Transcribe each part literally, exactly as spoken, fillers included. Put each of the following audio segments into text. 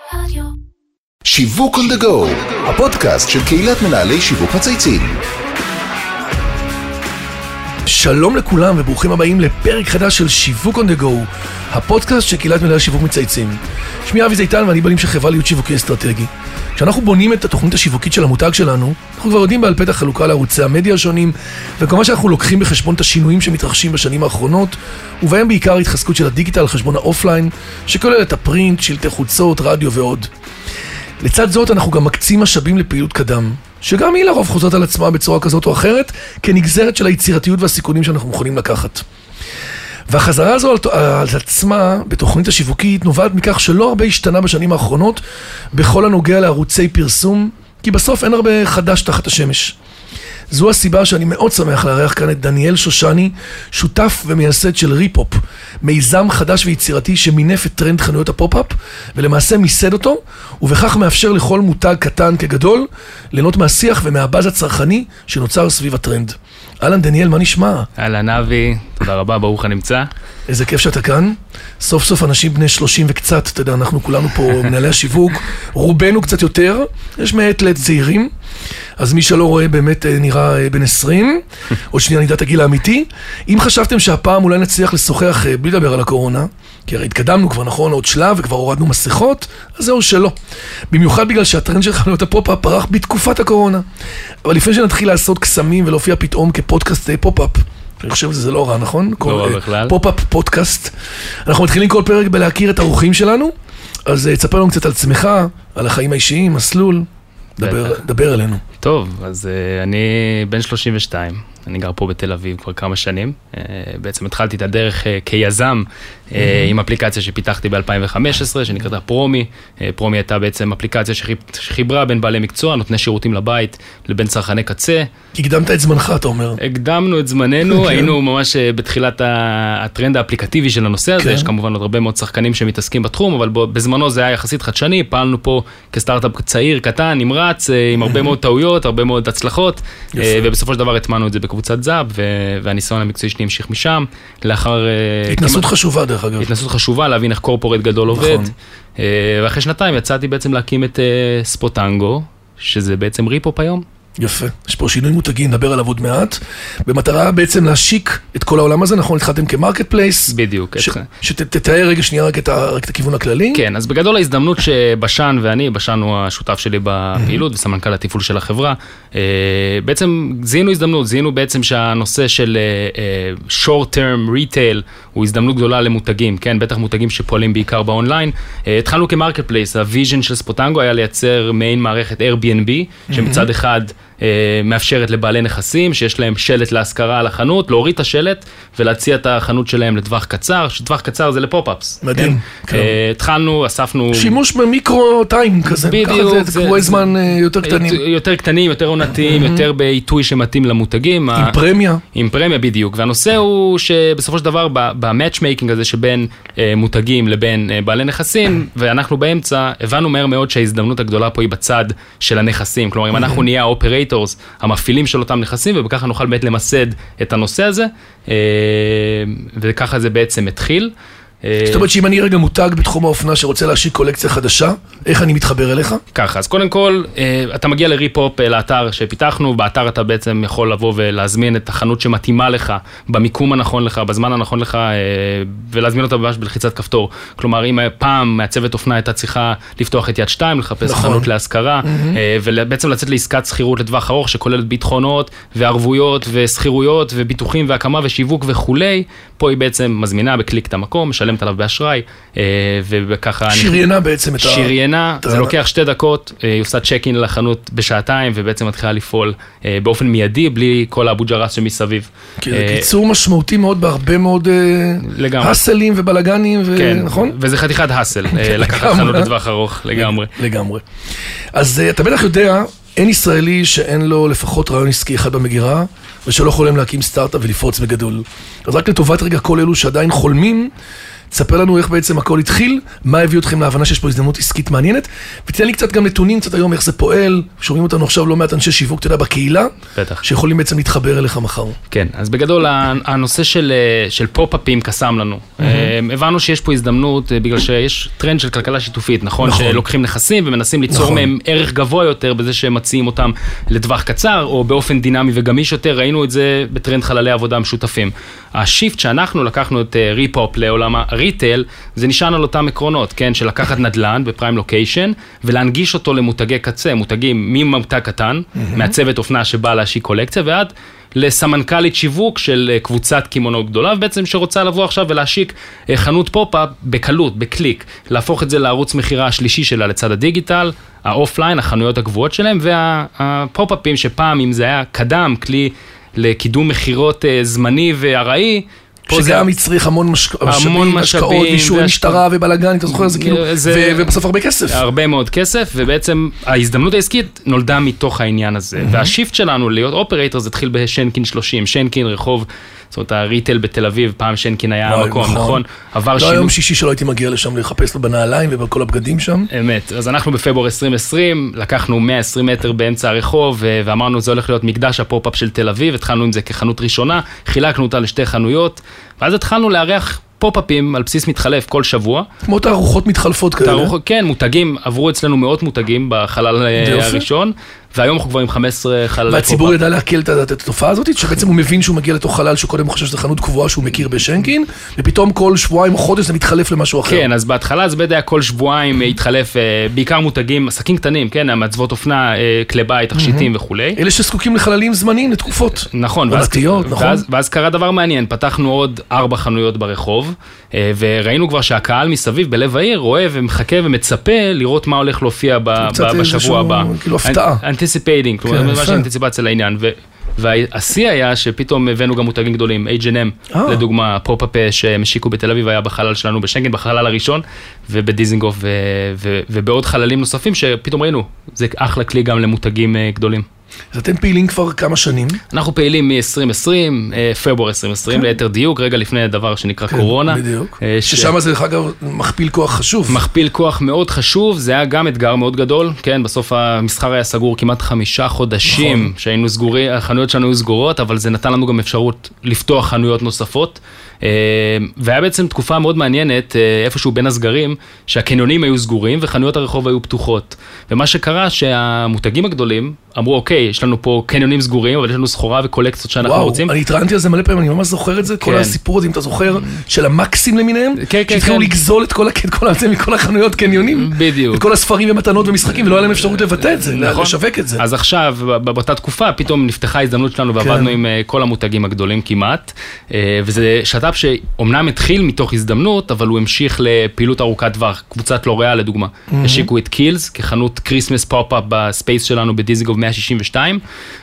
רדיו. שיווק on the go, הפודקאסט של קהילת מנהלי שיווק מצייצים. שלום לכולם וברוכים הבאים לפרק חדש של שיווק on the go, הפודקאסט של קהילת מנהלי שיווק מצייצים. שמי אבי זיתן ואני בנים של חברה להיות שיווקי אסטרטגי. כשאנחנו בונים את התוכנית השיווקית של המותג שלנו, אנחנו כבר יודעים בעל פה את החלוקה לערוצי המדיה השונים, וכמובן שאנחנו לוקחים בחשבון את השינויים שמתרחשים בשנים האחרונות, ובהם בעיקר התחזקות של הדיגיטל על חשבון האופליין, שכולל את הפרינט, שלטי חוצות, רדיו ועוד. לצד זאת אנחנו גם מקצים משאבים לפעילות קדם, שגם היא לרוב חוזרת על עצמה בצורה כזאת או אחרת, כנגזרת של היצירתיות והסיכונים שאנחנו מוכנים לקחת. והחזרה הזו על עצמה בתוכנית השיווקית נובעת מכך שלא הרבה השתנה בשנים האחרונות בכל הנוגע לערוצי פרסום, כי בסוף אין הרבה חדש תחת השמש. זו הסיבה שאני מאוד שמח לארח כאן את דניאל שושני, שותף ומייסד של ריפופ, מיזם חדש ויצירתי שמינף את טרנד חנויות הפופ-אפ, ולמעשה מיסד אותו, ובכך מאפשר לכל מותג קטן כגדול, ליהנות מהשיח ומהבאז הצרכני שנוצר סביב הטרנד. אהלן דניאל, מה נשמע? אהלן אבי, תודה רבה, ברוך הנמצא. איזה כיף שאתה כאן. סוף סוף אנשים בני שלושים וקצת, אתה יודע, אנחנו כולנו פה מנהלי השיווק, רובנו קצת יותר, יש מעט לעת צעירים, אז מי שלא רואה באמת נראה בן עשרים, עוד שנייה נדע את הגיל האמיתי. אם חשבתם שהפעם אולי נצליח לשוחח בלי לדבר על הקורונה, כי הרי התקדמנו כבר נכון עוד שלב וכבר הורדנו מסכות, אז זהו שלא. במיוחד בגלל שהטרנד של חנויות הפופ-אפ פרח בתקופת הקורונה. אבל לפני שנתחיל לעשות קסמים ולהופיע פתאום כפודקאסט פופ-אפ, אני חושב שזה לא רע, נכון? לא רע בכלל. פופ-אפ פודקאסט. אנחנו מתחילים כל פרק בלהכיר את האורחים שלנו, אז תספר לנו קצת על עצמך, על החיים האישיים, מסלול, דבר, דבר אלינו. טוב, אז uh, אני בן שלושים ושתיים, אני גר פה בתל אביב כבר כמה שנים, uh, בעצם התחלתי את הדרך uh, כיזם, uh, עם אפליקציה שפיתחתי ב-אלפיים וחמש עשרה, שנקראת פרומי. uh, פרומי הייתה בעצם אפליקציה שחיברה בין בעלי מקצוע, נותני שירותים לבית, לבין צרכני קצה. הקדמת את זמנך, אתה אומר. הקדמנו את זמננו, היינו ממש בתחילת הטרנד האפליקטיבי של הנושא הזה, יש כמובן עוד הרבה מאוד שחקנים שמתעסקים בתחום, אבל בזמנו זה היה יחסית חדשני, פעלנו פה כסטארט-אפ צעיר, קטן, נמרץ, עם הרבה מאוד טעויות, הרבה מאוד הצלחות, ובסופו של דבר הטמענו את זה בקבוצת זאב, והניסיון המקצועי שלי המשיך משם, לאחר... התנסות חשובה דרך אגב. התנסות חשובה, להבין איך קורפורט גדול עובד, ואחרי שנתיים יצאתי בעצם להקים את ספוטנגו, שזה בעצם ריפופ היום. יפה, יש פה שינוי מותגים, נדבר עליו עוד מעט, במטרה בעצם להשיק את כל העולם הזה, נכון, התחלתם כמרקט פלייס. בדיוק. שתתאר רגע שנייה רק את הכיוון הכללי. כן, אז בגדול ההזדמנות שבשן ואני, בשן הוא השותף שלי בפעילות וסמנכ"ל התפעול של החברה, בעצם זיהינו הזדמנות, זיהינו בעצם שהנושא של short term retail הוא הזדמנות גדולה למותגים, כן, בטח מותגים שפועלים בעיקר באונליין. התחלנו כמרקט פלייס, הוויז'ן של ספוטנגו היה לייצר מעין מערכת Airbnb, שמצד אחד מאפשרת לבעלי נכסים שיש להם שלט להשכרה על החנות, להוריד את השלט ולהציע את החנות שלהם לטווח קצר, שטווח קצר זה לפופ-אפס. מדהים. התחלנו, אספנו... שימוש במיקרו טיים כזה. בדיוק. זה קרואי זמן יותר קטנים. יותר קטנים, יותר עונתיים, יותר בעיתוי שמתאים למותגים. עם פרמיה. עם פרמיה בדיוק. והנושא הוא שבסופו של דבר במאץ'-מייקינג הזה שבין מותגים לבין בעלי נכסים, ואנחנו באמצע, הבנו מהר מאוד שההזדמנות הגדולה פה היא בצד של הנכסים. כלומר, אם אנחנו נהיה האופרייטורס, המפעילים של אותם נכסים, ובככה נוכל באמת למסד את הנושא הזה, וככה זה בעצם התחיל. זאת אומרת שאם אני רגע מותג בתחום האופנה שרוצה להשיק קולקציה חדשה, איך אני מתחבר אליך? ככה, אז קודם כל, אתה מגיע לריפופ, לאתר שפיתחנו, באתר אתה בעצם יכול לבוא ולהזמין את החנות שמתאימה לך, במיקום הנכון לך, בזמן הנכון לך, ולהזמין אותה ממש בלחיצת כפתור. כלומר, אם פעם מעצבת אופנה הייתה צריכה לפתוח את יד שתיים, לחפש חנות להשכרה, ובעצם לצאת לעסקת שכירות לטווח ארוך, שכוללת ביטחונות וערבויות ושכירויות וביטוחים והקמה ושיווק וכולי, פה היא בעצם מזמינה בקליק את המקום, משלמת עליו באשראי, וככה... שריינה בעצם את ה... שריינה, זה לוקח שתי דקות, היא עושה צ'ק-אין לחנות בשעתיים, ובעצם מתחילה לפעול באופן מיידי, בלי כל האבו-ג'רס שמסביב. קיצור משמעותי מאוד בהרבה מאוד הסלים ובלגנים, נכון? וזה חתיכת הסל, לקחת חנות לטווח ארוך, לגמרי. לגמרי. אז אתה בטח יודע, אין ישראלי שאין לו לפחות רעיון עסקי אחד במגירה, ושלא חולם להקים סטארט-אפ ולפרוץ בגדול. אז רק לטובת רגע כל אלו שעדיין חולמים, תספר לנו איך בעצם הכל התחיל, מה הביא אתכם להבנה שיש פה הזדמנות עסקית מעניינת, ותתן לי קצת גם נתונים, קצת היום איך זה פועל, שומעים אותנו עכשיו לא מעט אנשי שיווק, אתה יודע, בקהילה, בטח. שיכולים בעצם להתחבר אליך מחר. כן, אז בגדול הנושא של, של פופ-אפים קסם לנו. Mm-hmm. הבנו שיש פה הזדמנות, בגלל שיש טרנד של כלכלה שיתופית, נכון? נכון. שלוקחים נכסים ומנסים ליצור נכון. מהם ערך גבוה יותר, בזה שהם מציעים אותם לטווח קצר, או באופן דינמי וגמיש יותר, ראינו את זה בטרנד חללי עבודה משותפים. השיפט שאנחנו לקחנו את ריפופ לעולם הריטל, זה נשען על אותם עקרונות, כן? של לקחת נדל"ן בפריים לוקיישן, ולהנגיש אותו למותגי קצה, מותגים ממותג קטן, mm-hmm. מעצבת אופנה שבאה להשיק קולקציה, ועד לסמנכלית שיווק של קבוצת קימונות גדולה, ובעצם שרוצה לבוא עכשיו ולהשיק חנות פופ-אפ בקלות, בקליק, להפוך את זה לערוץ מחירה השלישי שלה לצד הדיגיטל, האופליין, החנויות הגבוהות שלהם, והפופ-אפים שפעם, אם זה היה קדם, כלי לקידום מחירות זמני והראי, שגם הצריך המון משאבים, השקעות, אישורי משטרה ובלגן, אתה זוכר, זה כאילו, ובסוף הרבה כסף. הרבה מאוד כסף, ובעצם ההזדמנות העסקית נולדה מתוך העניין הזה. והשיפט שלנו להיות אופרייטור, זה התחיל בשנקין שלושים, שנקין רחוב, זאת אומרת, הריטל בתל אביב, פעם שנקין היה המקום, נכון? עבר שינוי. לא היום שישי שלא הייתי מגיע לשם לחפש לו בנעליים ובכל הבגדים שם. אמת. אז אנחנו בפברואר עשרים עשרים, לקחנו מאה ועשרים מטר באמצע הרחוב, ואמרנו, זה הולך להיות מקדש הפופ-אפ של תל אביב, התחלנו עם זה כחנות ראשונה, חילקנו אותה לשתי חנויות, ואז התחלנו לארח פופ-אפים על בסיס מתחלף כל שבוע. כמו תערוכות מתחלפות כאלה. תערוכות, כן, מותגים, עברו אצלנו מאות מותגים בחלל הראשון, והיום אנחנו כבר עם חמש עשרה חללי פופ-אפ. והציבור ידע להקל את התופעה הזאת, שבעצם הוא מבין שהוא מגיע לתוך חלל שקודם הוא חושב שזה חנות קבועה שהוא מכיר בשנקין, ופתאום כל שבועיים או חודש זה מתחלף למשהו אחר. כן, אז בהתחלה זה בדרך כל שבועיים התחלף, בעיקר מותגים, עסקים קטנים, כן, מעצבות אופנה, כלי בית, תכשיטים וכולי. אלה שזקוקים לחללים זמניים, לתקופות. נכון, ואז קרה דבר מעניין, פתחנו עוד ארבע חנויות ברחוב, וראינו כבר שהקהל מסביב בלב העיר רואה ומחכה ומצפה לראות מה הולך להופיע בשבוע הבא. כאילו הפתעה. anticipating, כלומר, ממש אנטיציפציה לעניין, והשיא היה שפתאום הבאנו גם מותגים גדולים, אייץ' אנד אם, לדוגמה, פופ-אפ שמשיקו בתל אביב היה בחלל שלנו בשנקין, בחלל הראשון, ובדיזינגוף, ובעוד חללים נוספים שפתאום ראינו, זה אחלה כלי גם למותגים גדולים. אז אתם פעילים כבר כמה שנים? אנחנו פעילים מ-עשרים עשרים, פברואר עשרים עשרים, ליתר דיוק, רגע לפני הדבר שנקרא קורונה. בדיוק. ששם זה, דרך אגב, מכפיל כוח חשוב. מכפיל כוח מאוד חשוב, זה היה גם אתגר מאוד גדול, כן, בסוף המסחר היה סגור כמעט חמישה חודשים, שהיינו סגורים, החנויות שלנו היו סגורות, אבל זה נתן לנו גם אפשרות לפתוח חנויות נוספות, והיה בעצם תקופה מאוד מעניינת, איפשהו בין הסגרים, שהקניונים היו סגורים וחנויות הרחוב היו פתוחות. ומה שקרה שהמותגים הגדולים אמרו, אוקיי, יש לנו פה קניונים סגורים, אבל יש לנו סחורה וקולקציות שאנחנו וואו, רוצים. אני התראיינתי על זה מלא פעמים, אני ממש זוכר את זה, כן. כל הסיפור הזה, אם אתה זוכר, של המקסים למיניהם, כן, כן, שהתחילו כן. לגזול את כל, את כל הזה מכל החנויות קניונים, בדיוק. את כל הספרים ומתנות ומשחקים, ולא היה להם אפשרות לבטא את זה, נכון. לשווק את זה. אז עכשיו, באותה תקופה, פתאום נפתחה הזדמנות שלנו, ועבדנו כן. עם כל המותגים הגדולים כמעט, וזה שת"פ שאומנם התחיל מתוך הזדמנות, אבל הוא המשיך לפעילות ארוכת טווח, קבוצת לוריאל לדוגמה. השיקו את קילס כחנות קריסמס פופ-אפ בספייס שלנו בדיזינגוף מאה שישים ושתיים,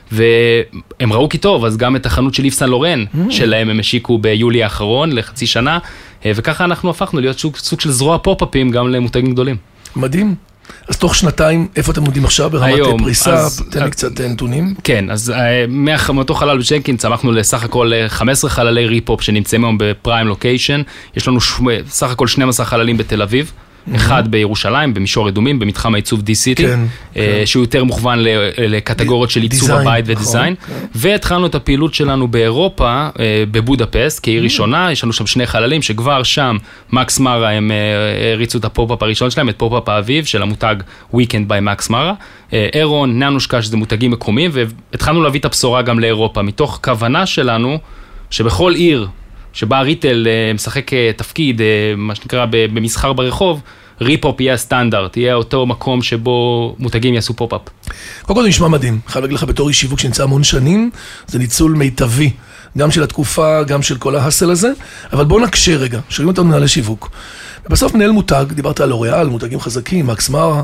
והם ראו כי טוב, אז גם את החנות של איב סן לורן שלהם הם השיקו ביולי האחרון לחצי שנה, וככה אנחנו הפכנו להיות סוג, סוג של זרוע פופ-אפים גם למותגים גדולים. מדהים. אז תוך שנתיים, איפה אתם עומדים עכשיו ברמת היום, פריסה? אז, תן לי קצת נתונים. כן, אז מאותו חלל בשנקין צמחנו לסך הכל חמישה עשר חללי ריפופ שנמצאים היום בפריים לוקיישן, יש לנו ש... סך הכל שנים עשר חללים בתל אביב, אחד בירושלים, במישור אדומים, במתחם העיצוב די-סיטי, שהוא יותר מוכוון לקטגוריות של עיצוב הבית ודיזיין, והתחלנו את הפעילות שלנו באירופה, בבודפסט, כעיר ראשונה, יש לנו שם שני חללים, שכבר שם, מקס מרה, הם הריצו את הפופ-אפ הראשון שלהם, את פופ-אפ האביב, של המותג Weekend by מקס מרה, אירון, ננושקה, שזה מותגים מקומיים, והתחלנו להביא את הבשורה גם לאירופה, מתוך כוונה שלנו, שבכל עיר, שבה הריטל משחק תפקיד, מה שנקרא במסחר ברחוב, ריפופ יהיה הסטנדרט, יהיה אותו מקום שבו מותגים יעשו פופ-אפ. קודם כל זה נשמע מדהים, חייב להגיד לך בתור איש שיווק שנמצא המון שנים, זה ניצול מיטבי, גם של התקופה, גם של כל ההסל הזה, אבל בואו נקשה רגע, שואלים אותנו מנהלי שיווק. בסוף מנהל מותג, דיברת על לוריאל, מותגים חזקים, מקס מרה,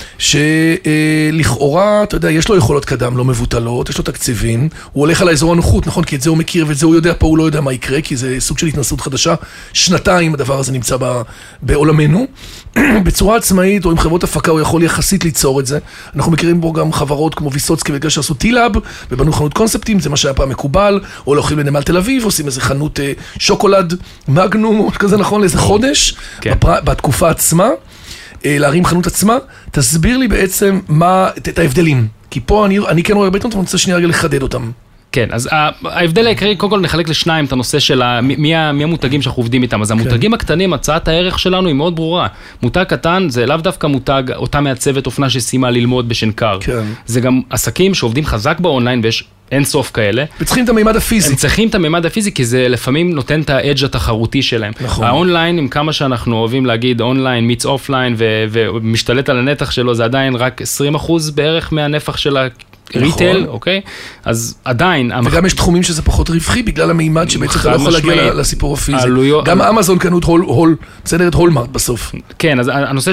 שלכאורה, אתה יודע, יש לו יכולות קדם לא מבוטלות, יש לו תקציבים, הוא הולך על האזור הנוחות, נכון? כי את זה הוא מכיר ואת זה הוא יודע, פה הוא לא יודע מה יקרה, כי זה סוג של התנסות חדשה. שנתיים הדבר הזה נמצא בעולמנו. בצורה עצמאית, או עם חברות הפקה, הוא יכול יחסית ליצור את זה. אנחנו מכירים בו גם חברות כמו ויסוצקי וכאלה שעשו טילאב, ובנו חנות קונספטים, זה מה שהיה פעם מקובל, או הולכים לנמל תל אביב, עושים איזה חנות אה, שוקולד מגנום, או כזה נכון, לאיזה חודש, כן. בפר... בתקופה עצמה, אה, להרים חנות עצמה. תסביר לי בעצם מה, את, את ההבדלים. כי פה אני, אני כן רואה הרבה תנות, אבל אני רוצה שנייה רגע לחדד אותם. כן, אז ההבדל העיקרי, קודם כל נחלק לשניים את הנושא של מי המותגים שאנחנו עובדים איתם. אז המותגים הקטנים, הצעת הערך שלנו היא מאוד ברורה. מותג קטן זה לאו דווקא מותג, אותה מעצבת אופנה שסיימה ללמוד בשנקר. זה גם עסקים שעובדים חזק באונליין ויש אין סוף כאלה. וצריכים את המימד הפיזי. הם צריכים את המימד הפיזי כי זה לפעמים נותן את האדג' התחרותי שלהם. נכון. האונליין, עם כמה שאנחנו אוהבים להגיד אונליין מיץ אופליין ומשתלט על הנתח שלו, זה עדיין רק עשרים אחוז בערך מהנפח של ה... ריטל, אוקיי? אז עדיין... וגם יש תחומים שזה פחות רווחי, בגלל המימד שבעצם אתה לא יכול להגיע לסיפור הפיזי. גם אמזון קנו את הול, בסדר, את הולמארט בסוף. כן, אז הנושא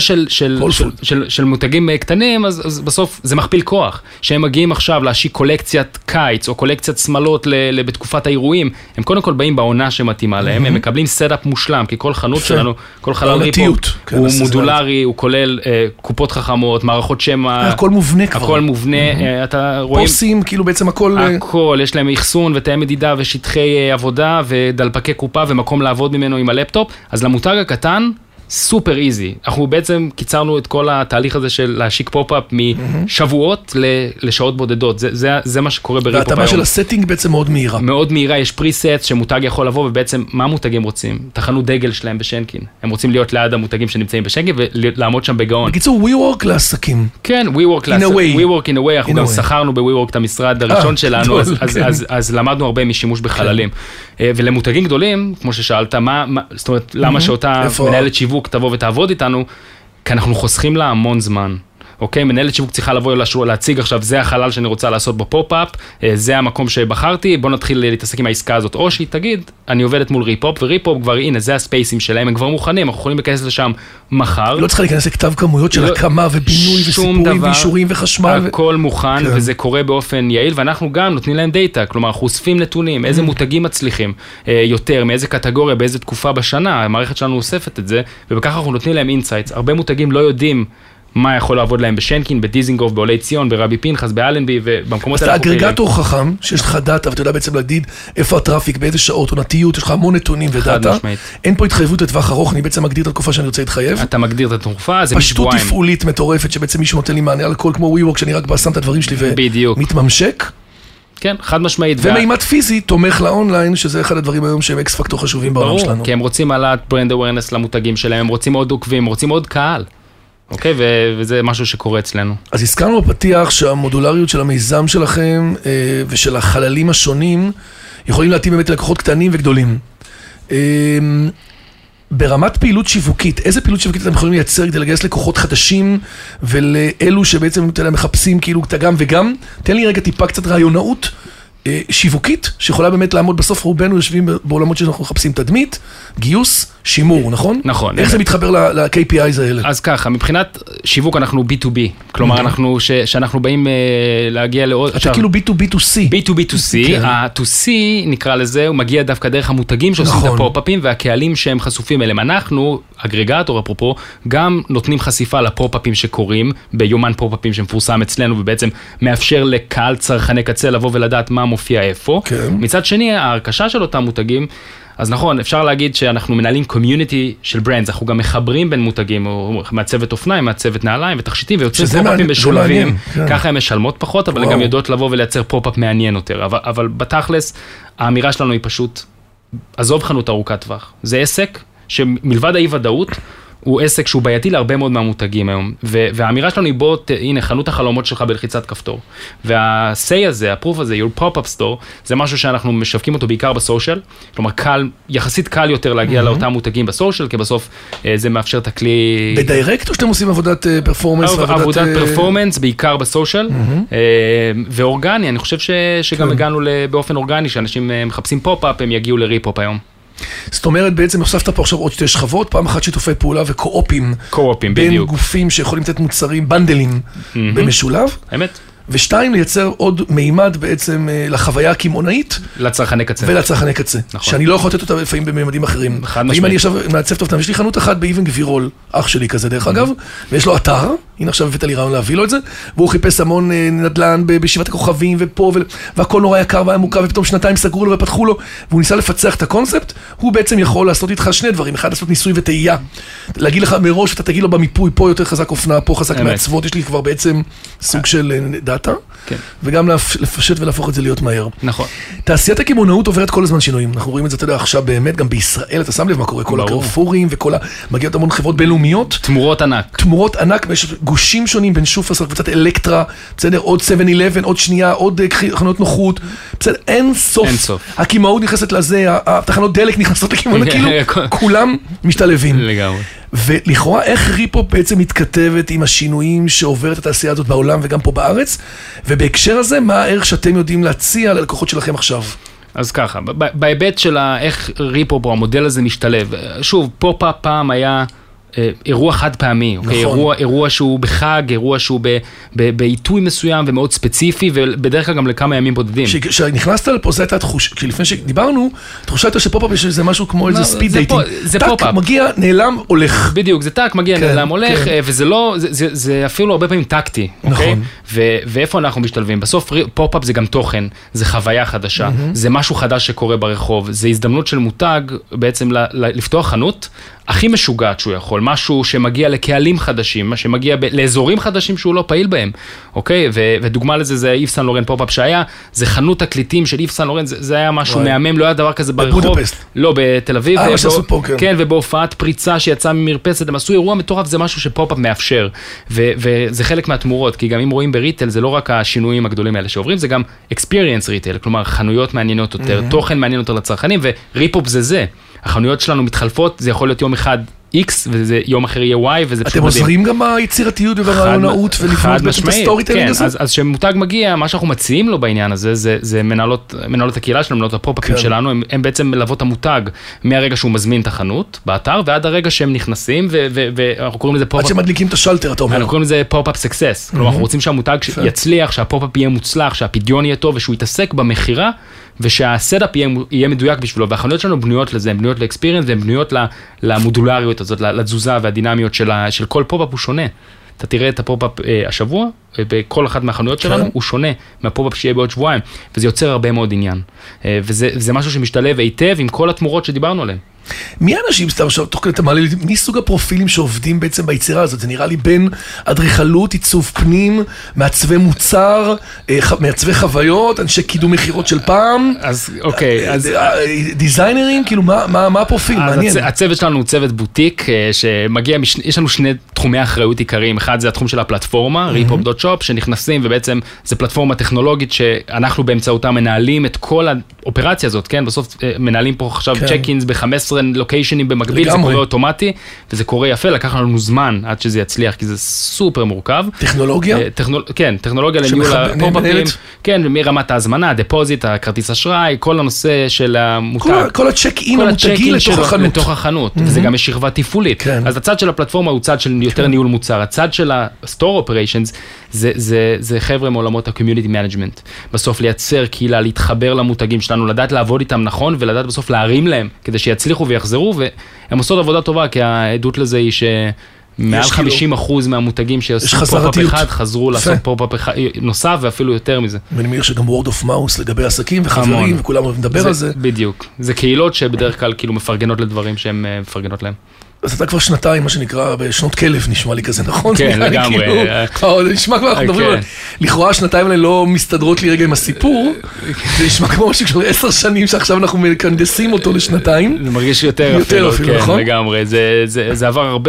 של מותגים קטנים, אז בסוף זה מכפיל כוח. שהם מגיעים עכשיו להשיק קולקציית קיץ, או קולקציית שמלות בתקופת האירועים, הם קודם כל באים בעונה שמתאימה להם, הם מקבלים סטאפ מושלם, כי כל חנות שלנו, כל חלל ריפו, הוא מודולרי, הוא כולל קופות חכמות, מערכות שמע, הכל מובנה כבר. הכל מובנה, אתה רואים... פוסים, כאילו בעצם הכל... הכל, יש להם אחסון ותאי מדידה ושטחי עבודה ודלפקי קופה ומקום לעבוד ממנו עם הלפטופ, אז למותג הקטן, סופר איזי. אנחנו בעצם קיצרנו את כל התהליך הזה של להשיק פופ-אפ משבועות לשעות בודדות. זה, זה, זה מה שקורה בריפופ היום. והטבע של הסטינג בעצם מאוד מהירה. מאוד מהירה, יש פריסט שמותג יכול לבוא, ובעצם מה מותגים רוצים? תחנות דגל שלהם בשנקין. הם רוצים להיות ליד המותגים שנמצאים בשנקין ולעמוד שם בגאון. בקיצור, WeWork לעסקים. כן, WeWork לעסקים. WeWork in a way. אנחנו גם שכרנו ב-WeWork את המשרד הראשון שלנו, אז, אז, אז, אז למדנו הרבה משימוש בחללים. ולמותגים גדולים, כמו ששאלת, מה, זאת אומרת, למה שאותה מנהלת שיווק תבוא ותעבוד איתנו, כי אנחנו חוסכים לה המון זמן. אוקיי, מנהלת שיווק צריכה לבוא להציג עכשיו, זה החלל שאני רוצה לעשות בפופ-אפ, זה המקום שבחרתי, בוא נתחיל להתעסק עם העסקה הזאת, או שהיא תגיד, אני עובדת מול ריפופ, וריפופ כבר, הנה, זה הספייסים שלהם, הם כבר מוכנים, אנחנו יכולים להיכנס לשם מחר. לא צריכה להיכנס לכתב כמויות של הקמה ובינוי וסיפורים ואישורים וחשמל. הכל מוכן, וזה קורה באופן יעיל, ואנחנו גם נותנים להם דאטה, כלומר, אנחנו אוספים נתונים, איזה מותגים מצליחים יותר, מאיזה קטגוריה, באיזה תקופה בשנה, המערכת שלנו אוספת את זה, ובכך אנחנו נותנים להם אינסייטס. הרבה מותגים לא יודעים מה יכול לעבוד להם בשנקין, בדיזינגוף, בעולי ציון, ברבי פנחס, באלנבי ובמקומות האלה. אז אתה אגרגטור חכם, שיש לך דאטה, ואתה יודע בעצם להגיד איפה הטראפיק, באיזה שעות, עונתיות, יש לך המון נתונים ודאטה. אין פה התחייבות לטווח ארוך, אני בעצם מגדיר את התקופה שאני רוצה להתחייב. אתה מגדיר את התקופה, זה משבועיים. פשטות תפעולית מטורפת, שבעצם מישהו נותן לי מענה על הכל, כמו WeWork, שאני רק שם את הדברים שלי ומתממשק. כן, חד משמעית. ומימד פיזי תומך לאונליין, שזה אחד הדברים היום שהם אקס פקטור חשובים בעולם שלנו. ברור, כי הם רוצים העלאת ברנד אווירנס למותגים שלהם, הם רוצים עוד עוקבים, רוצים עוד קהל. אוקיי, וזה משהו שקורה אצלנו. אז הזכרנו בפתיח שהמודולריות של המיזם שלכם ושל החללים השונים יכולים להתאים באמת ללקוחות קטנים וגדולים. ברמת פעילות שיווקית, איזה פעילות שיווקית אתם יכולים לייצר כדי לגייס לקוחות חדשים ולאלו שבעצם מחפשים כאילו את הגם וגם? תן לי רגע טיפה קצת רעיונאות שיווקית, שיכולה באמת לעמוד בסוף, רובנו יושבים בעולמות שאנחנו מחפשים תדמית, גיוס, שימור, נכון? נכון. איך זה מתחבר ל-קיי פי איז האלה? אז ככה, מבחינת שיווק אנחנו בי טו בי, כלומר אנחנו, שאנחנו באים להגיע לעוד... אתה כאילו בי טו בי טו סי. בי טו בי טו סי, ה-טו סי נקרא לזה, הוא מגיע דווקא דרך המותגים שעושים את הפופ-אפים והקהלים שהם חשופים אליהם. אנחנו, אגרגטור אפרופו, גם נותנים חשיפה לפופ-אפים שקורים, ביומן פופ-אפים שמפורסם אצלנו, ובעצם מאפשר לקהל צרכני קצה לבוא ולדעת מה מופיע איפה. מצד שני, ההרכשה של אותם מותגים, אז נכון, אפשר להגיד שאנחנו מנהלים קומיוניטי של ברנדס, אנחנו גם מחברים בין מותגים, או מעצבת אופניים, מעצבת נעליים ותכשיטים, ויוצאים פופ-אפים בשולבים, ככה הן משלמות פחות, אבל גם יודעות לבוא ולייצר פופ-אפ מעניין יותר. אבל, אבל בתכלס, האמירה שלנו היא פשוט, עזוב חנות ארוכת טווח. זה עסק שמלבד האי-ודאות, הוא עסק שהוא בעייתי להרבה מאוד מהמותגים היום, והאמירה שלנו היא בוא, הנה, חנות החלומות שלך בלחיצת כפתור. וה-say הזה, הפרוף הזה, your pop-up store, זה משהו שאנחנו משווקים אותו בעיקר בסושיאל, כלומר, קל, יחסית קל יותר להגיע לאותם מותגים בסושיאל, כי בסוף זה מאפשר את הכלי... בדיירקט או שאתם עושים עבודת פרפורמנס? עבודת פרפורמנס, בעיקר בסושיאל, ואורגני, אני חושב שגם הגענו באופן אורגני, שאנשים מחפשים פופ-אפ, הם יגיעו לריפופ היום. זאת אומרת, בעצם הוספת פה עכשיו עוד שתי שכבות, פעם אחת שיתופי פעולה וקו-אופים. קו-אופים, בין בדיוק. גופים שיכולים לתת מוצרים, בנדלים, במשולב. אמת. ושתיים, לייצר עוד מימד בעצם לחוויה הקמעונאית. לצרכני קצה. ולצרכני קצה. נכון. שאני לא יכול לתת אותה לפעמים בממדים אחרים. חד משמעית. ואם אני עכשיו מעצב טוב, יש לי חנות אחת באבן גבירול, אח שלי כזה דרך אגב, ויש לו אתר, הנה עכשיו הבאת לי רעיון להביא לו את זה, והוא חיפש המון נדל"ן בשבעת הכוכבים ופה, והכל נורא יקר והיה מורכב, ופתאום שנתיים סגרו לו ופתחו לו, והוא ניסה לפצח את הקונספט, הוא בעצם יכול לעשות איתך שני דברים, אחד לעשות ניסוי וטעייה, להגיד לך מראש, ואתה תגיד לו במיפוי, פה יותר חזק אופנה, פה חזק מעצבות, יש לי כבר בעצם סוג של דאטה, וגם לפשט ולהפוך את זה להיות מהר. נכון. תעשיית הקמעונאות עוברת כל הזמן שינויים. אנחנו רואים את זה, אתה יודע, עכשיו באמת, גם בישראל, אתה שם לב מה קורה, כל הקרפורים וכל ה... מגיעות המון חברות בינלאומיות. תמורות ענק. תמורות ענק, ויש גושים שונים בין שופרסל, קבוצת אלקטרה, בסדר, עוד שבע אלף, עוד שנייה, עוד חנויות נוחות, בסדר, אין סוף. אין סוף. הקמעונאות נכנסת לזה, התחנות דלק נכנסות לקמעונאות, כאילו, כולם משתלבים. לגמרי. ולכאורה איך ריפופ בעצם מתכתבת עם השינויים שעוברת התעשייה הזאת בעולם וגם פה בארץ, ובהקשר הזה, מה הערך שאתם יודעים להציע ללקוחות שלכם עכשיו? אז ככה, בהיבט של איך ריפופ או המודל הזה משתלב, שוב, פופ-אפ פעם היה אירוע חד פעמי, אוקיי? אירוע, אירוע שהוא בחג, אירוע שהוא ב, ב, בעיתוי מסוים ומאוד ספציפי, ובדרך כלל גם לכמה ימים בודדים. כשנכנסת לפה, זה הייתה תחושה, כשלפני שדיברנו, תחושה הייתה שפופ-אפ זה משהו כמו איזה ספיד דייטינג. זה פופ-אפ. טק, מגיע, נעלם, הולך. בדיוק, זה טק, מגיע, נעלם, הולך, וזה לא, זה אפילו הרבה פעמים טקטי, אוקיי? ואיפה אנחנו משתלבים? בסוף פופ-אפ זה גם תוכן, זה חוויה חדשה, זה משהו חדש שקורה ברחוב, זה הזדמנות של מותג בעצם לפתוח חנות, הכי משוגעת שהוא יכול, משהו שמגיע לקהלים חדשים, מה שמגיע ב- לאזורים חדשים שהוא לא פעיל בהם, אוקיי? ו- ודוגמה לזה זה איב סן לורן פופ-אפ שהיה, זה חנות תקליטים של איב סן לורן, זה, זה היה משהו וואי. מהמם, לא היה דבר כזה ברחוב. בבודפסט. לא, בתל אביב. אה, מה שעשו פה, כן. כן, ובהופעת פריצה שיצאה ממרפסת, הם עשו אירוע מטורף, זה משהו שפופ-אפ מאפשר, ו- וזה חלק מהתמורות, כי גם אם רואים בריטל, זה לא רק השינויים הגדולים האלה שעוברים, זה גם experience ריטל, כלומר, חנויות מעניינות יותר, mm-hmm. תוכן מעניין יותר לצרכנים, וריפופ זה זה. החנויות שלנו מתחלפות, זה יכול להיות יום אחד X, וזה יום אחר יהיה Y, וזה פשוט מדהים. אתם עוזרים גם ביצירתיות וברעיונאות, ולפנות בעצם את הסטורי טלינג הזה? כן, אז כשמותג מגיע, מה שאנחנו מציעים לו בעניין הזה, זה מנהלות הקהילה שלנו, מנהלות הפופ-אפים שלנו, הם בעצם מלוות המותג מהרגע שהוא מזמין את החנות באתר, ועד הרגע שהם נכנסים, ואנחנו קוראים לזה פופ-אפ. עד שמדליקים את השלטר, אתה אומר. אנחנו קוראים לזה פופ-אפ סקסס. כלומר, אנחנו רוצים שהמותג יצליח, שהפופ-אפ יהיה מוצלח, שהפדיון יהיה טוב, ושהוא יתעסק במחירה, ושהסטאפ יהיה, יהיה מדויק בשבילו, והחנויות שלנו בנויות לזה, הן בנויות לאקספיריינס, והן בנויות למודולריות הזאת, לתזוזה והדינמיות של, של כל פופ-אפ הוא שונה. אתה תראה את הפופ-אפ אה, השבוע, בכל אחת מהחנויות שלנו, הוא שונה מהפופ-אפ שיהיה בעוד שבועיים, וזה יוצר הרבה מאוד עניין. אה, וזה, וזה משהו שמשתלב היטב עם כל התמורות שדיברנו עליהן. מי האנשים, סתם עכשיו, תוך כדי אתה מעלה לי, מי סוג הפרופילים שעובדים בעצם ביצירה הזאת? זה נראה לי בין אדריכלות, עיצוב פנים, מעצבי מוצר, מעצבי חוויות, אנשי קידום מחירות של פעם. אז אוקיי, אז... דיזיינרים, כאילו, מה, מה הפרופיל? מעניין. הצוות שלנו הוא צוות בוטיק, שמגיע, יש לנו שני תחומי אחריות עיקריים. אחד זה התחום של הפלטפורמה, ריפופ דוט שופ, שנכנסים, ובעצם זה פלטפורמה טכנולוגית שאנחנו באמצעותה מנהלים את כל האופרציה הזאת, כן? בסוף מנהלים פה עכשיו צ'ק-אינס ב-חמש עשרה לוקיישנים במקביל, זה קורה אוטומטי, וזה קורה יפה, לקח לנו זמן עד שזה יצליח, כי זה סופר מורכב. טכנולוגיה? כן, טכנולוגיה לניהול הפופ-אפים, כן, מרמת ההזמנה, דפוזיט, הכרטיס אשראי, כל הנושא של המותג. כל הצ'ק-אין המותגי לתוך החנות. לתוך החנות, וזה גם יש שכבה תפעולית. אז הצד של הפלטפורמה הוא צד של יותר ניהול מוצר, הצד של ה-store operations, זה חבר'ה מעולמות ה-community management. בסוף לייצר קהילה, להתחבר למותגים שלנו, לדעת לעבוד איתם נכון, ולדעת בסוף להרים להם, כדי שיצליחו ויחזרו, והם עושות עבודה טובה, כי העדות לזה היא שמעל חמישים אחוז מהמותגים שעשו פופ-אפ אחד, חזרו לעשות פופ-אפ נוסף, ואפילו יותר מזה. ואני מניח שגם word of mouth לגבי עסקים וחברים, וכולם מדבר על זה. בדיוק. זה קהילות שבדרך כלל כאילו מפרגנות לדברים שהן מפרגנות להם. אז אתה כבר שנתיים, מה שנקרא, בשנות כלב, נשמע לי כזה, נכון? כן, לגמרי. נשמע כבר, אנחנו מדברים, לכאורה השנתיים האלה לא מסתדרות לי רגע עם הסיפור, זה נשמע כמו משהו כבר עשר שנים שעכשיו אנחנו מקנדסים אותו לשנתיים. זה מרגיש יותר אפילו, כן, לגמרי. זה עבר הרבה,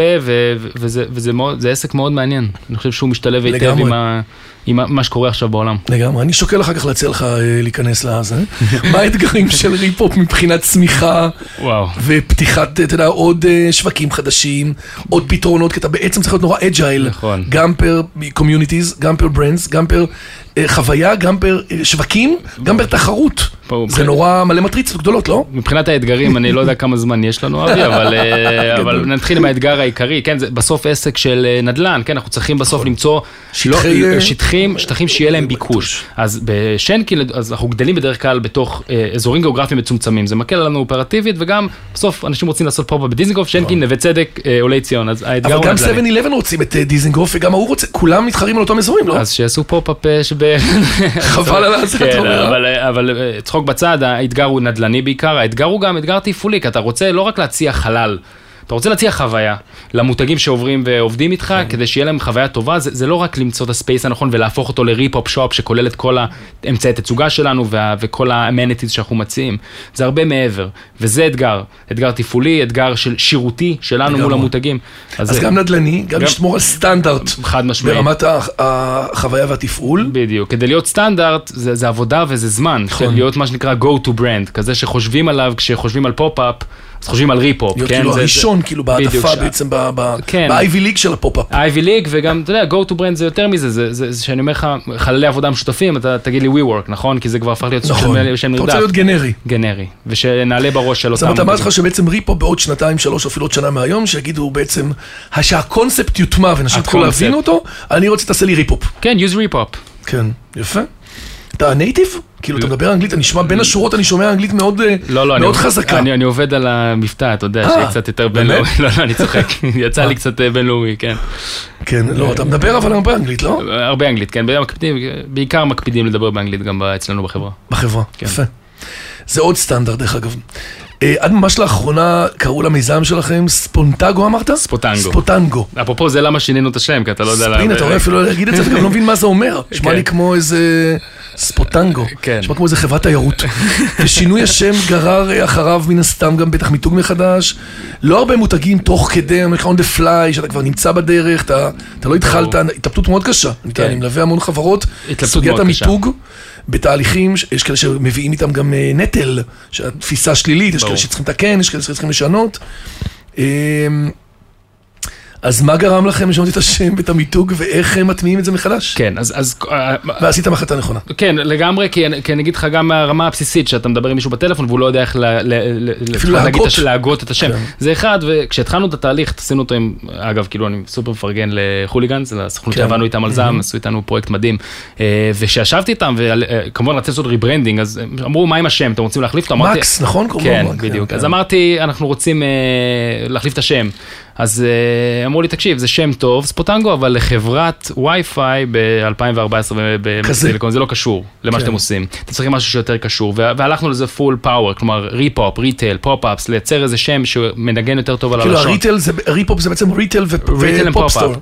וזה עסק מאוד מעניין. אני חושב שהוא משתלב היטב עם מה שקורה עכשיו בעולם. לגמרי, אני שוקל אחר כך להציע לך להיכנס לזה. מה האתגרים של ריפופ מבחינת צמיחה ופתיחת, אתה יודע, עוד שווקים חדשים, עוד פתרונות, כי אתה בעצם צריך להיות נורא אג'ייל, גם פר קומיוניטיז, גם פר ברנדס, גם פר חוויה גם בשווקים, גם בתחרות. זה נורא מלא מטריצות גדולות, לא? מבחינת האתגרים, אני לא יודע כמה זמן יש לנו, אבי, אבל נתחיל עם האתגר העיקרי, כן, זה בסוף עסק של נדל"ן, כן, אנחנו צריכים בסוף למצוא שטחים, שטחים שיהיה להם ביקוש. אז בשנקין, אז אנחנו גדלים בדרך כלל בתוך אזורים גיאוגרפיים מצומצמים, זה מקל לנו אופרטיבית, וגם בסוף אנשים רוצים לעשות פופ-אפ בדיזנגוף, שנקין, נווה צדק, עולי ציון, אז האתגר הוא אבל גם סבן אלבן רוצים את דיזנגוף, וגם ההוא רוצה, כולם מתחרים על אותם אזורים, לא? אז שיעשו פופ-אפ שב... חבל על זה, אתה אומר. אבל צחוק בצד, האתגר הוא נדל"ני בעיקר, האתגר הוא גם אתגר תפעולי, כי אתה רוצה לא רק להציע חלל, אתה רוצה להציע חוויה למותגים שעוברים ועובדים איתך, כדי שיהיה להם חוויה טובה, זה, זה לא רק למצוא את הספייס הנכון ולהפוך אותו לריפ-אופ שופ שכולל את כל האמצעי תצוגה שלנו וה, וכל האמניטיז שאנחנו מציעים, זה הרבה מעבר, וזה אתגר, אתגר תפעולי, אתגר של שירותי שלנו מול המותגים. אז, אז גם נדל"ני, גם לשמור על סטנדרט חד משמעית. ברמת החוויה והתפעול. בדיוק, כדי להיות סטנדרט, זה, זה עבודה וזה זמן, להיות מה שנקרא go to brand, כזה שחושבים עליו, כשחושבים על פופ-אפ, אז חושבים על ריפ-אופ. להיות כאילו הראשון, כאילו בהעדפה בעצם, ב-איי-וי ליג של הפופ-אפ. ה-איי-וי ליג, וגם, אתה יודע, go to brand זה יותר מזה, זה שאני אומר לך, חללי עבודה משותפים, אתה תגיד לי WeWork, נכון? כי זה כבר הפך להיות שם נרדף. אתה רוצה להיות גנרי. גנרי, ושנעלה בראש של אותם. זאת אומרת, אמרת לך שבעצם ריפ-אופ בעוד שנתיים, שלוש, אפילו עוד שנה מהיום, שיגידו בעצם, שהקונספט יוטמע ונשאר כל להבין אותו, אני רוצה תעשה לי ריפ-אופ. כן, use ריפ-אופ. כן, יפה. אתה נייטיב? כאילו, אתה מדבר אנגלית, אני נשמע בין השורות, אני שומע אנגלית מאוד חזקה. אני עובד על המבטא, אתה יודע, שיהיה קצת יותר בינלאומי. לא, לא, אני צוחק. יצא לי קצת בינלאומי, כן. כן, לא, אתה מדבר אבל הרבה אנגלית, לא? הרבה אנגלית, כן. בעיקר מקפידים לדבר באנגלית גם אצלנו בחברה. בחברה, יפה. זה עוד סטנדרט, דרך אגב. עד ממש לאחרונה קראו למיזם שלכם ספונטגו, אמרת? ספוטנגו. ספוטנגו. אפופו, זה למה שינינו את השם, כי אתה לא יודע... ספין, אתה רואה אפילו להגיד את זה, וגם לא מבין מה זה אומר. שמע לי כמו איזה ספוטנגו. שמע כמו איזה חברת תיירות. ושינוי השם גרר אחריו מן הסתם גם בטח מיתוג מחדש. לא הרבה מותגים תוך כדי, on the fly, שאתה כבר נמצא בדרך, אתה לא התחלת, התלבטות מאוד קשה. אני מלווה המון חברות, סוגיית המיתוג. בתהליכים, יש כאלה שמביאים איתם גם נטל, שהתפיסה שלילית, יש כאלה שצריכים לתקן, יש כאלה שצריכים לשנות. אז מה גרם לכם לשנות את השם ואת המיתוג, ואיך הם מטמיעים את זה מחדש? כן, אז... אז ועשית מחלטה נכונה. כן, לגמרי, כי אני אגיד לך גם מהרמה הבסיסית, שאתה מדבר עם מישהו בטלפון, והוא לא יודע איך להגות את השם. זה אחד, וכשהתחלנו את התהליך, עשינו אותו עם, אגב, כאילו אני סופר מפרגן לחוליגנס, לסוכנות שעבדנו איתם על זם, עשו איתנו פרויקט מדהים, וכשישבתי איתם, וכמובן רציתי לעשות ריברנדינג, אז אמרו, מה עם השם? אתם רוצים להחליף אותו? מקס, נכון? כן, בדיוק. אז אמרתי, אנחנו רוצים להחליף את השם. אז אמרו לי, תקשיב, זה שם טוב, ספוטנגו, אבל לחברת וי-פיי ב-אלפיים וארבע עשרה בסיליקון, זה לא קשור למה שאתם עושים. אתם צריכים משהו שיותר קשור, והלכנו לזה פול פאוור, כלומר, ריפ-אופ, ריטייל, פופ-אפס, לייצר איזה שם שמנגן יותר טוב על הלשון. כאילו, הריטייל, ריפ-אופ זה בעצם ריטייל ופופ-סטור.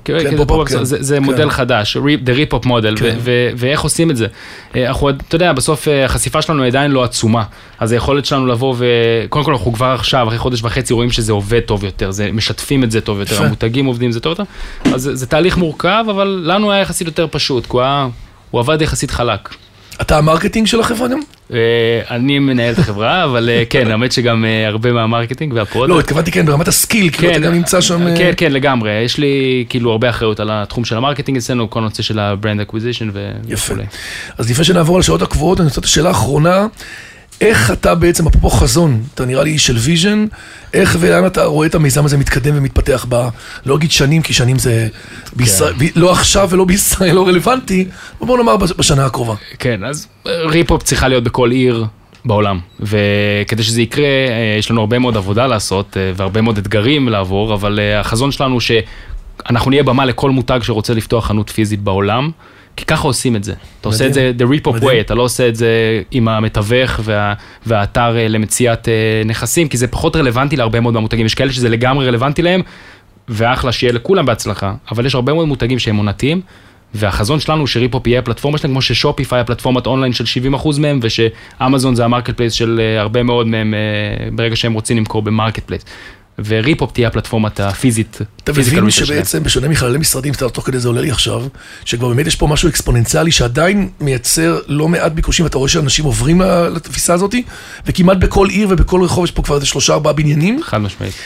זה מודל חדש, the ריפ-אופ מודל, ואיך עושים את זה? אנחנו, אתה יודע, בסוף החשיפה שלנו עדיין לא עצומה, אז היכולת שלנו לבוא וקודם כל אנחנו כבר עכשיו, אחרי חודש וחצי, רואים שזה עובד טוב יותר, זה משתפים את זה טוב יותר, המותגים עובדים את זה טוב יותר, אז זה תהליך מורכב, אבל לנו היה יחסית יותר פשוט, כי הוא עבד יחסית חלק. אתה המרקטינג של החברה גם? אני מנהל את החברה, אבל כן, האמת שגם הרבה מהמרקטינג והפרודקט. לא, התכוונתי כן, ברמת הסקיל, כאילו אתה גם נמצא שם... כן, כן, לגמרי. יש לי כאילו הרבה אחריות על התחום של המרקטינג אצלנו, כל נושא של הברנד אקוויזישן וכו'. יפה. אז לפני שנעבור על שעות הקבועות, אני רוצה את השאלה האחרונה, איך אתה בעצם, אפרופו חזון, אתה נראה לי של ויז'ן, איך ולאן אתה רואה את המיזם הזה מתקדם ומתפתח בה, לא אגיד שנים, כי שנים זה בישראל, לא עכשיו ולא בישראל, לא רלוונטי, בואו נאמר בשנה הקרובה. כן, אז ריפ-אופ צריכה להיות בכל עיר בעולם, וכדי שזה יקרה, יש לנו הרבה מאוד עבודה לעשות, והרבה מאוד אתגרים לעבור, אבל החזון שלנו שאנחנו נהיה במה לכל מותג שרוצה לפתוח חנות פיזית בעולם, כי ככה עושים את זה. אתה עושה את זה the rip-off way, אתה לא עושה את זה עם המתווך והאתר למציאת נכסים, כי זה פחות רלוונטי להרבה מאוד מהמותגים. יש כאלה שזה לגמרי רלוונטי להם, ואחלה שיהיה לכולם בהצלחה. אבל יש הרבה מאוד מותגים שהם עונתיים, והחזון שלנו שריפ-אופ יהיה הפלטפורמה שלהם, כמו ששופיפיי הפלטפורמת אונליין של שבעים אחוז מהם, ושאמזון זה המרקט פלייס של הרבה מאוד מהם, ברגע שהם רוצים למכור במרקט פלייס. וריפ-אופ תהיה הפלטפורמת הפיזית. אתה מבין שבעצם בשונה מחללי משרדים, תוך כדי זה עולה לי עכשיו, שכבר באמת יש פה משהו אקספוננציאלי שעדיין מייצר לא מעט ביקושים, ואתה רואה שאנשים עוברים לתפיסה הזאת, וכמעט בכל עיר ובכל רחוב יש פה כבר שלושה ארבעה בניינים. חד משמעית.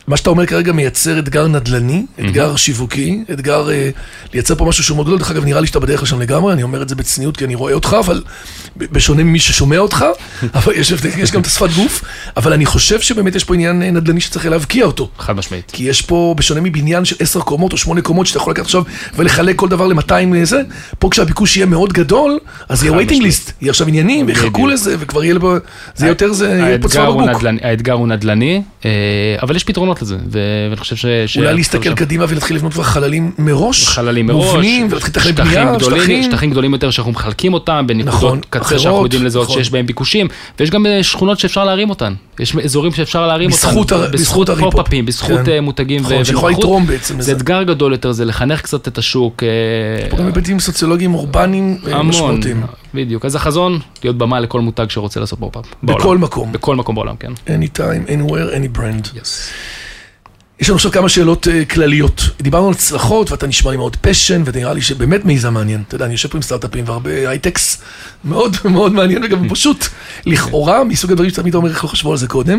מה שאתה אומר כרגע מייצר אתגר נדל"ני, אתגר שיווקי, אתגר לייצר פה משהו שהוא מאוד גדול, דרך אגב נראה לי שאתה בדרך לשם לגמרי, אני אומר את זה בצניעות כי אני רואה אותך, אבל בשונה ממי ששומע אותך, אבל יש, יש גם את השפת גוף, אבל אני חושב שבאמת יש פה עניין נדל"ני שצריך להבקיע אותו. חד משמעית. כי יש פה, בשונה מבניין של עשר קומות או שמונה קומות, שאתה יכול לקחת עכשיו ולחלק כל דבר ל-מאתיים זה, פה כשהביקוש יהיה מאוד גדול, אז יהיה waiting list, יהיה עכשיו עניינים, ויחכו לזה, וכבר יהיה לפה, זה יותר, זה יהיה פה צבא בבוק. האתגר הוא נדל"ני, אבל יש פתרונות לזה, ואני חושב ש... אולי להסתכל קדימה ולהתחיל לבנות כבר חללים מראש, חללים מראש, מובנים, ולהתחיל לתכנן בנייה, שטחים. שטחים גדולים יותר שאנחנו מחלקים אותם, בנקודות קצה שאנחנו יודעים לזהות שיש בהם ביקושים, ויש גם שכונות שאפשר להרים אותן. יש אזורים שאפשר להרים אותם. בזכות פופ-אפים, בזכות מותגים ונוחות. זה אתגר גדול יותר, זה לחנך קצת את השוק. פה גם היבטים סוציולוגיים אורבניים משמעותיים. בדיוק, אז החזון, להיות במה לכל מותג שרוצה לעשות פופ-אפ. בכל מקום. בכל מקום בעולם, כן. Anytime, anywhere, any brand. יש לנו עכשיו כמה שאלות כלליות. דיברנו על הצלחות, ואתה נשמע לי מאוד פשן, ונראה לי שבאמת מיזם מעניין. אתה יודע, אני יושב פה עם סטארט-אפים, והרבה הייטקס מאוד מאוד מעניין, וגם פשוט לכאורה, מסוג הדברים שתמיד אומר איך לא חשבו על זה קודם.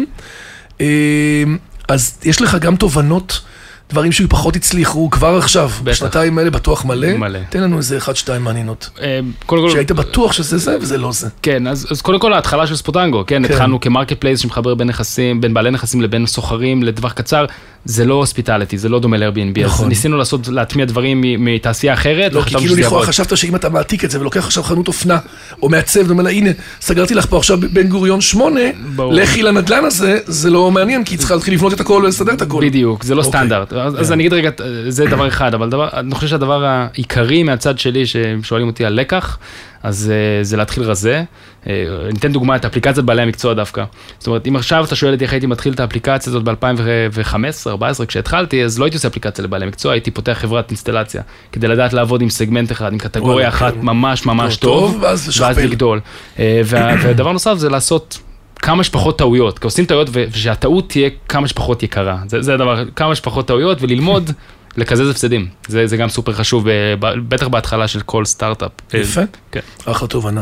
אז יש לך גם תובנות, דברים שפחות הצליחו כבר עכשיו, בשנתיים האלה בטוח מלא. תן לנו איזה אחד, שתיים מעניינות. שהיית בטוח שזה זה, וזה לא זה. כן, אז קודם כל ההתחלה של ספוטנגו, כן, התחלנו כמרקט פלייס שמחבר בין נכסים, בין בעלי נכסים לבין סוחרים לטווח קצר, זה לא הוספיטליטי, זה לא דומה ל-Airbnb, אז ניסינו לעשות, להטמיע דברים מתעשייה אחרת. לא, כי כאילו לכאורה חשבת שאם אתה מעתיק את זה ולוקח עכשיו חנות אופנה, או מעצב, ואומר לה, הנה, סגרתי לך פה עכשיו בן גוריון שמונה, לכי לנדלן הזה, זה לא מעניין, כי היא צריכה להתחיל לבנות את הכל ולסדר את הכל. בדיוק, זה לא סטנדרט. אז אני אגיד רגע, זה דבר אחד, אבל אני חושב שהדבר העיקרי מהצד שלי, ששואלים אותי על לקח, אז זה להתחיל רזה. ניתן דוגמה את האפליקציית בעלי המקצוע דווקא. זאת אומרת, אם עכשיו אתה שואל אותי איך הייתי מתחיל את האפליקציה הזאת ב-אלפיים וחמש עשרה ארבע עשרה כשהתחלתי, אז לא הייתי עושה אפליקציה לבעלי מקצוע, הייתי פותח חברת אינסטלציה, כדי לדעת לעבוד עם סגמנט אחד, עם קטגוריה אחת ממש ממש טוב, ואז לגדול. ודבר נוסף זה לעשות כמה שפחות טעויות, כי עושים טעויות ושהטעות תהיה כמה שפחות יקרה. זה הדבר, כמה שפחות טעויות וללמוד לקזז הפסדים. זה, זה גם סופר חשוב, בטח בהתחלה של כל סטארט-אפ. יפה. כן. אחלה תובנה.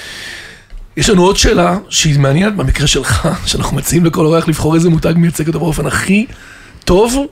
יש לנו עוד שאלה שהיא מעניינת במקרה שלך, שאנחנו מציעים לכל אורח לבחור איזה מותג מייצג אותו באופן הכי טוב,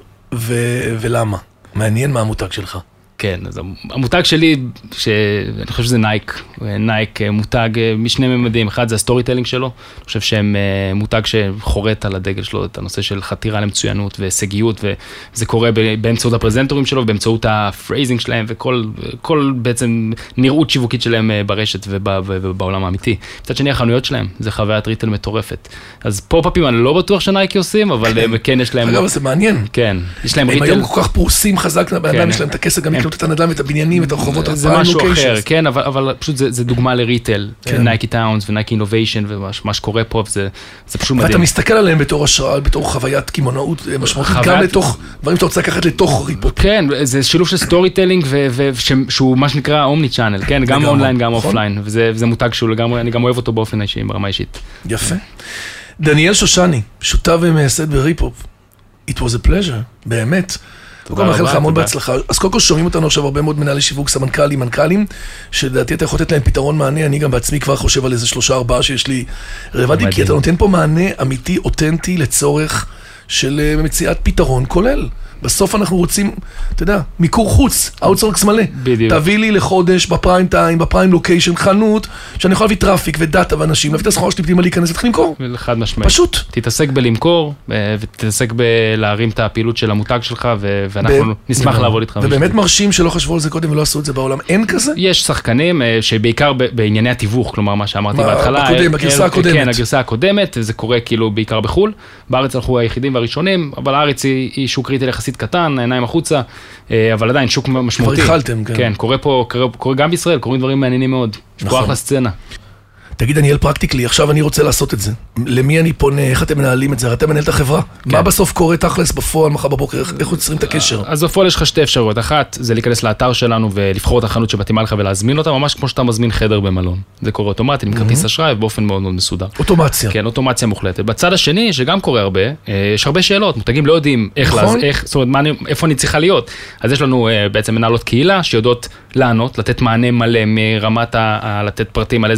ו- ולמה? מעניין מה המותג שלך. כן, אז המותג שלי, שאני חושב שזה נייק, נייק מותג משני ממדים, אחד זה הסטורי טלינג שלו, אני חושב שהם מותג שחורט על הדגל שלו את הנושא של חתירה למצוינות והישגיות, וזה קורה באמצעות הפרזנטורים שלו, ובאמצעות הפרייזינג שלהם, וכל כל בעצם נראות שיווקית שלהם ברשת ובעולם האמיתי. מצד שני, החנויות שלהם, זה חוויית ריטל מטורפת. אז פופ-אפים אני לא בטוח שנייקי עושים, אבל כן יש להם... אגב, זה מעניין. כן, יש להם ריטל. הם היום כל כך פרוסים חזק, באדם יש להם את הכסף גם לקנות את הנדל"ן ואת הבניינים, את הרחובות, זה משהו אחר, כן, אבל, אבל פשוט זה, זה דוגמה לריטל, נייקי טאונס ונייקי אינוביישן ומה שקורה פה, זה, זה פשוט מדהים. ואתה מסתכל עליהם בתור השראה, בתור חוויית כימונאות משמעותית, חוויית... גם לתוך דברים שאתה רוצה לקחת לתוך ריפות. כן, זה שילוב של סטורי טלינג, שהוא מה שנקרא אומני צ'אנל, כן, גם אונליין, גם אופליין, וזה, וזה מותג שהוא לגמרי, אני גם אוהב אותו באופן אישי, ברמה אישית. יפה. דניאל שושני, שותף ומייסד בריפופ. It was a pleasure, באמת. וגם מאחל לך המון בהצלחה. אז קודם כל שומעים אותנו עכשיו הרבה מאוד מנהלי שיווק, סמנכ"לים, מנכ"לים, שלדעתי אתה יכול לתת להם פתרון מענה, אני גם בעצמי כבר חושב על איזה שלושה ארבעה שיש לי רלוונטי, כי אתה נותן פה מענה אמיתי, אותנטי, לצורך של מציאת פתרון כולל. בסוף אנחנו רוצים, אתה יודע, מיקור חוץ, אאוטסורקס מלא. בדיוק. תביא לי לחודש, בפריים טיים, בפריים לוקיישן, חנות, שאני יכול להביא טראפיק ודאטה ואנשים, להביא את הסחורה שלי פנימה להיכנס, להתחיל למכור. חד משמעית. פשוט. תתעסק בלמכור, ותתעסק בלהרים את הפעילות של המותג שלך, ואנחנו נשמח לעבוד איתך. ובאמת מרשים שלא חשבו על זה קודם ולא עשו את זה בעולם. אין כזה? יש שחקנים שבעיקר בענייני התיווך, כלומר מה שאמרתי בהתחלה. בקודם, בגרסה הקודמת. כן, הגרסה הקודמת, זה קורה כאילו בעיקר בחו"ל. בארץ אנחנו היחידים והראשונים, אבל הארץ היא שוק קריטי יחסית קטן, עיניים החוצה, אבל עדיין שוק משמעותי. כבר התחלתם, כן. כן, קורה פה, קורה גם בישראל, קורים דברים מעניינים מאוד. יש פה אחלה סצנה. תגיד, דניאל, פרקטיקלי, עכשיו אני רוצה לעשות את זה. למי אני פונה? איך אתם מנהלים את זה? אתם מנהל את החברה? מה בסוף קורה תכלס בפועל מחר בבוקר? איך יוצרים את הקשר? אז בפועל יש לך שתי אפשרויות. אחת, זה להיכנס לאתר שלנו ולבחור את החנות שמתאימה לך ולהזמין אותה, ממש כמו שאתה מזמין חדר במלון. זה קורה אוטומטי, עם כרטיס אשראי ובאופן מאוד מאוד מסודר. אוטומציה. כן, אוטומציה מוחלטת. בצד השני, שגם קורה הרבה, יש הרבה שאלות. מותגים לא יודעים איך, איך, זאת אומרת, איפה אני צריכה להיות. אז יש לנו בעצם מנהלות קהילה שיודעות לענות, לתת מענה מלא מרמת ה, לתת פרטים על איזה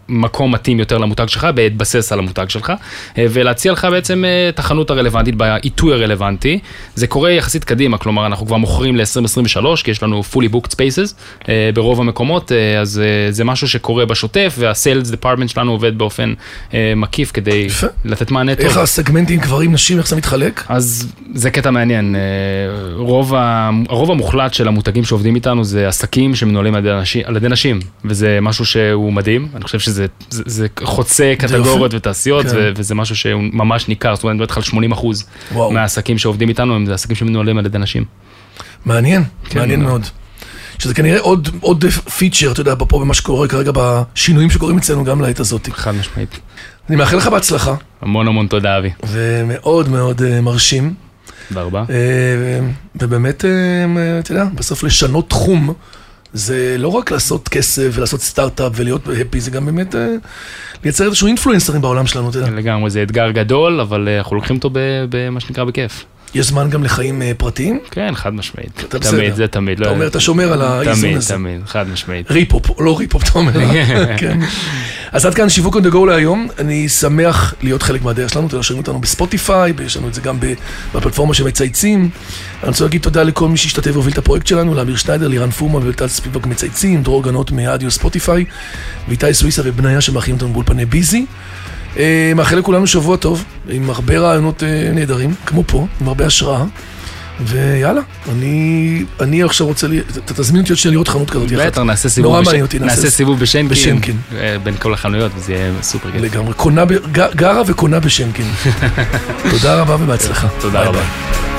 מקום מתאים יותר למותג שלך, בהתבסס על המותג שלך, ולהציע לך בעצם את החנות הרלוונטית, בעיתוי הרלוונטי. זה קורה יחסית קדימה, כלומר, אנחנו כבר מוכרים ל-עשרים עשרים ושלוש, כי יש לנו fully booked spaces ברוב המקומות, אז זה משהו שקורה בשוטף, וה-sales department שלנו עובד באופן מקיף כדי לתת מענה טוב. איך הסגמנטים גברים, נשים, איך זה מתחלק? אז זה קטע מעניין. רוב, הרוב המוחלט של המותגים שעובדים איתנו זה עסקים שמנוהלים על ידי נשים, על ידי נשים, וזה משהו שהוא מדהים. אני חושב שזה זה, זה חוצה קטגוריות ותעשיות, כן. ו, וזה משהו שהוא ממש ניכר. זאת אומרת, אני מדבר על שמונים אחוז וואו. מהעסקים שעובדים איתנו, הם עסקים שמנוהלים על ידי נשים. מעניין, כן, מעניין מאוד. שזה כנראה עוד, עוד פיצ'ר, אתה יודע, פה במה שקורה כרגע בשינויים שקורים אצלנו גם לעת הזאת. חד משמעית. אני מאחל לך בהצלחה. המון המון תודה, אבי. ומאוד מאוד uh, מרשים. תודה רבה. Uh, ובאמת, uh, אתה יודע, בסוף לשנות תחום, זה לא רק לעשות כסף ולעשות סטארט-אפ ולהיות הפי, זה גם באמת uh, לייצר איזשהו אינפלואנסרים בעולם שלנו, אתה יודע. לגמרי, זה אתגר גדול, אבל uh, אנחנו לוקחים אותו במה שנקרא בכיף. יש זמן גם לחיים פרטיים? כן, חד משמעית. תמיד, זה תמיד. אתה אומר, אתה שומר על האיזון הזה. תמיד, תמיד, חד משמעית. ריפופ, לא ריפופ, אתה אומר. כן. אז עד כאן שיווק on the go להיום. אני שמח להיות חלק מהדרך שלנו. אתם שומעים אותנו בספוטיפיי, יש לנו את זה גם בפלטפורמה שמצייצים. אני רוצה להגיד תודה לכל מי שהשתתף והוביל את הפרויקט שלנו, לאמיר שניידר, לירן פורמן ולטל ספיבק מצייצים, דרור גנות מאדיו ספוטיפיי, ואיתי סוויסה ובניה שמארחים אותנו באולפני ביזי. מאחל לכולנו שבוע טוב, עם הרבה רעיונות נהדרים, כמו פה, עם הרבה השראה, ויאללה, אני, אני עכשיו רוצה, אתה תזמין אותי עוד שנייה לראות חנות כזאת יחד. בטח, נעשה סיבוב, נורא בש... מעניין אותי, נעשה סיבוב בשנקין, בשנקין, בין כל החנויות, וזה יהיה סופר גדול. לגמרי, קונה, גרה וקונה בשנקין. תודה רבה ובהצלחה. תודה רבה.